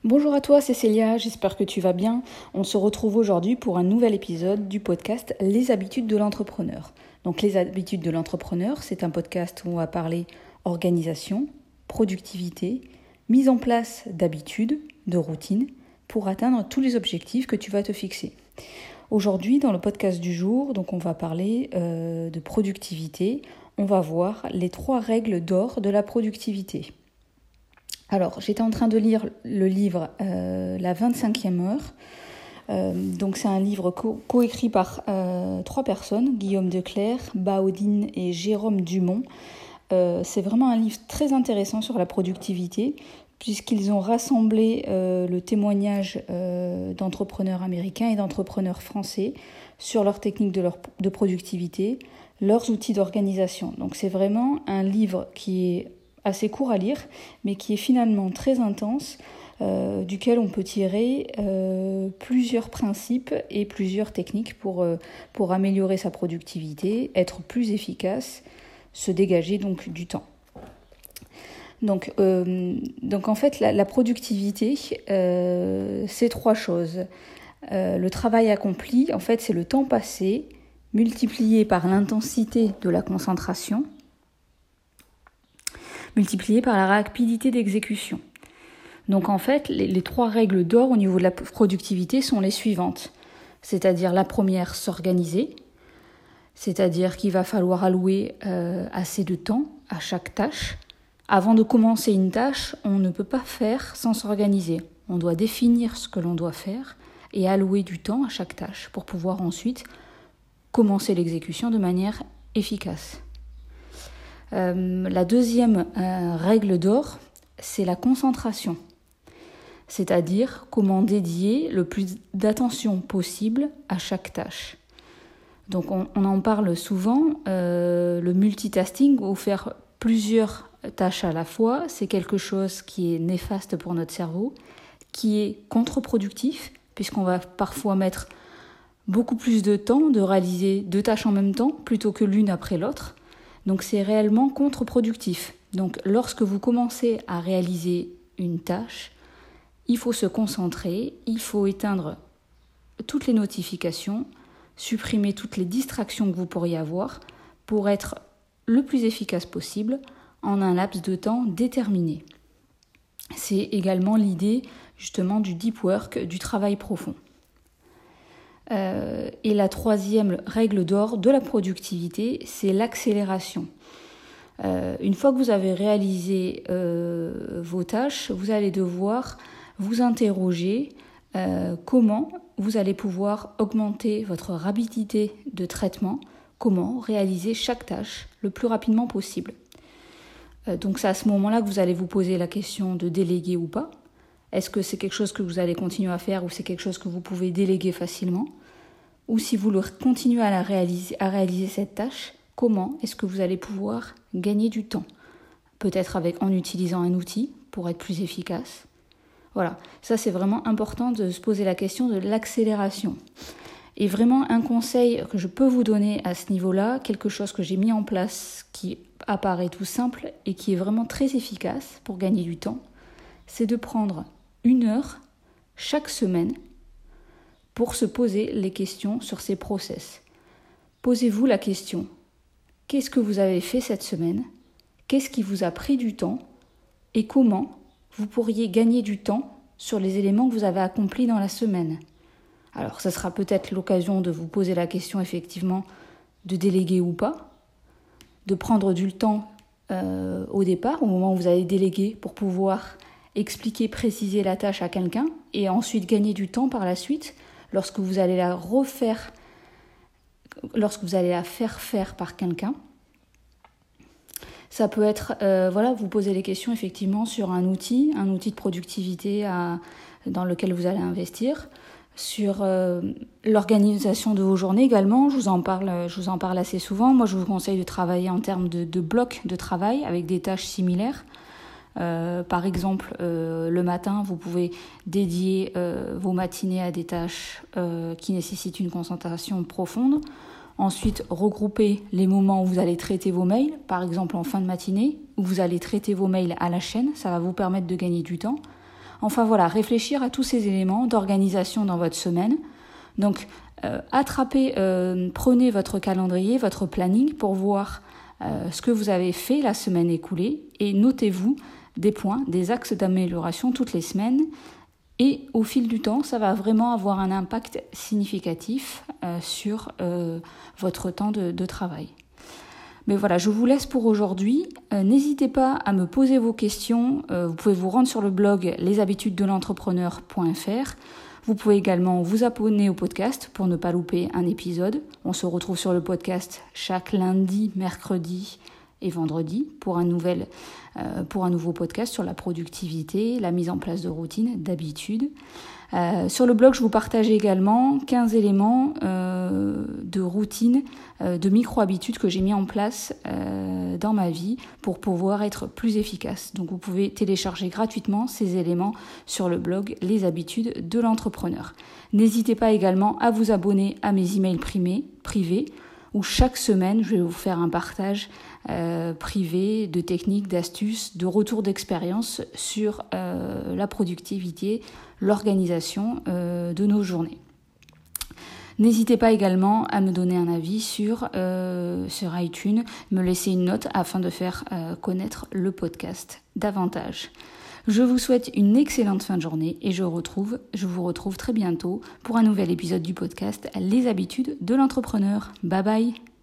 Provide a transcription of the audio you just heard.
Bonjour à toi, c'est Célia, j'espère que tu vas bien. On se retrouve aujourd'hui pour un nouvel épisode du podcast Les habitudes de l'entrepreneur. Donc Les habitudes de l'entrepreneur, c'est un podcast où on va parler organisation, productivité, mise en place d'habitudes, de routines, pour atteindre tous les objectifs que tu vas te fixer. Aujourd'hui, dans le podcast du jour, donc on va parler de productivité. On va voir les 3 règles d'or de la productivité. Alors, j'étais en train de lire le livre La 25e heure. Donc, c'est un livre coécrit par 3 personnes, Guillaume Declercq, Baudine et Jérôme Dumont. C'est vraiment un livre très intéressant sur la productivité, puisqu'ils ont rassemblé le témoignage d'entrepreneurs américains et d'entrepreneurs français sur leurs techniques de productivité, leurs outils d'organisation. Donc, c'est vraiment un livre qui est assez court à lire, mais qui est finalement très intense, duquel on peut tirer plusieurs principes et plusieurs techniques pour améliorer sa productivité, être plus efficace, se dégager donc du temps. Donc en fait, la productivité, c'est 3 choses. Le travail accompli, en fait, c'est le temps passé multiplié par l'intensité de la concentration, multiplié par la rapidité d'exécution. Donc en fait, les 3 règles d'or au niveau de la productivité sont les suivantes. C'est-à-dire la première, s'organiser. C'est-à-dire qu'il va falloir allouer assez de temps à chaque tâche. Avant de commencer une tâche, on ne peut pas faire sans s'organiser. On doit définir ce que l'on doit faire et allouer du temps à chaque tâche pour pouvoir ensuite commencer l'exécution de manière efficace. La deuxième règle d'or, c'est la concentration. C'est-à-dire comment dédier le plus d'attention possible à chaque tâche. Donc on en parle souvent, le multitasking ou faire plusieurs tâches à la fois, c'est quelque chose qui est néfaste pour notre cerveau, qui est contre-productif, puisqu'on va parfois mettre beaucoup plus de temps de réaliser 2 tâches en même temps plutôt que l'une après l'autre. Donc c'est réellement contre-productif. Donc lorsque vous commencez à réaliser une tâche, il faut se concentrer, il faut éteindre toutes les notifications, supprimer toutes les distractions que vous pourriez avoir pour être le plus efficace possible en un laps de temps déterminé. C'est également l'idée justement du deep work, du travail profond. Et la 3e règle d'or de la productivité, c'est l'accélération. Une fois que vous avez réalisé vos tâches, vous allez devoir vous interroger comment vous allez pouvoir augmenter votre rapidité de traitement, comment réaliser chaque tâche le plus rapidement possible. Donc c'est à ce moment-là que vous allez vous poser la question de déléguer ou pas. Est-ce que c'est quelque chose que vous allez continuer à faire ou c'est quelque chose que vous pouvez déléguer facilement? Ou si vous continuez à réaliser cette tâche, comment est-ce que vous allez pouvoir gagner du temps? Peut-être en utilisant un outil pour être plus efficace. Voilà, ça c'est vraiment important de se poser la question de l'accélération. Et vraiment un conseil que je peux vous donner à ce niveau-là, quelque chose que j'ai mis en place qui apparaît tout simple et qui est vraiment très efficace pour gagner du temps, c'est de prendre 1 heure chaque semaine pour se poser les questions sur ces process. Posez-vous la question, qu'est-ce que vous avez fait cette semaine? Qu'est-ce qui vous a pris du temps? Et comment vous pourriez gagner du temps sur les éléments que vous avez accomplis dans la semaine? Alors, ça sera peut-être l'occasion de vous poser la question, effectivement, de déléguer ou pas, de prendre du temps au départ, au moment où vous allez déléguer, pour pouvoir expliquer, préciser la tâche à quelqu'un, et ensuite gagner du temps par la suite, lorsque vous allez la faire faire par quelqu'un. Ça peut être, vous posez les questions effectivement sur un outil de productivité dans lequel vous allez investir, sur l'organisation de vos journées également. Je vous en parle assez souvent. Moi, je vous conseille de travailler en termes de blocs de travail avec des tâches similaires. Par exemple, le matin, vous pouvez dédier vos matinées à des tâches qui nécessitent une concentration profonde. Ensuite, regrouper les moments où vous allez traiter vos mails, par exemple en fin de matinée, où vous allez traiter vos mails à la chaîne, ça va vous permettre de gagner du temps. Enfin voilà, réfléchir à tous ces éléments d'organisation dans votre semaine. Donc prenez votre calendrier, votre planning pour voir ce que vous avez fait la semaine écoulée et notez-vous des points, des axes d'amélioration toutes les semaines. Et au fil du temps, ça va vraiment avoir un impact significatif sur votre temps de travail. Mais voilà, je vous laisse pour aujourd'hui. N'hésitez pas à me poser vos questions. Vous pouvez vous rendre sur le blog leshabitudesdelentrepreneur.fr. Vous pouvez également vous abonner au podcast pour ne pas louper un épisode. On se retrouve sur le podcast chaque lundi, mercredi et vendredi pour un nouveau podcast sur la productivité, la mise en place de routines, d'habitudes. Sur le blog, je vous partage également 15 éléments de routine, de micro-habitudes que j'ai mis en place dans ma vie pour pouvoir être plus efficace. Donc vous pouvez télécharger gratuitement ces éléments sur le blog Les Habitudes de l'entrepreneur. N'hésitez pas également à vous abonner à mes emails privés où chaque semaine, je vais vous faire un partage privé de techniques, d'astuces, de retours d'expérience sur la productivité, l'organisation de nos journées. N'hésitez pas également à me donner un avis sur iTunes, me laisser une note afin de faire connaître le podcast davantage. Je vous souhaite une excellente fin de journée et je vous retrouve très bientôt pour un nouvel épisode du podcast Les Habitudes de l'entrepreneur. Bye bye.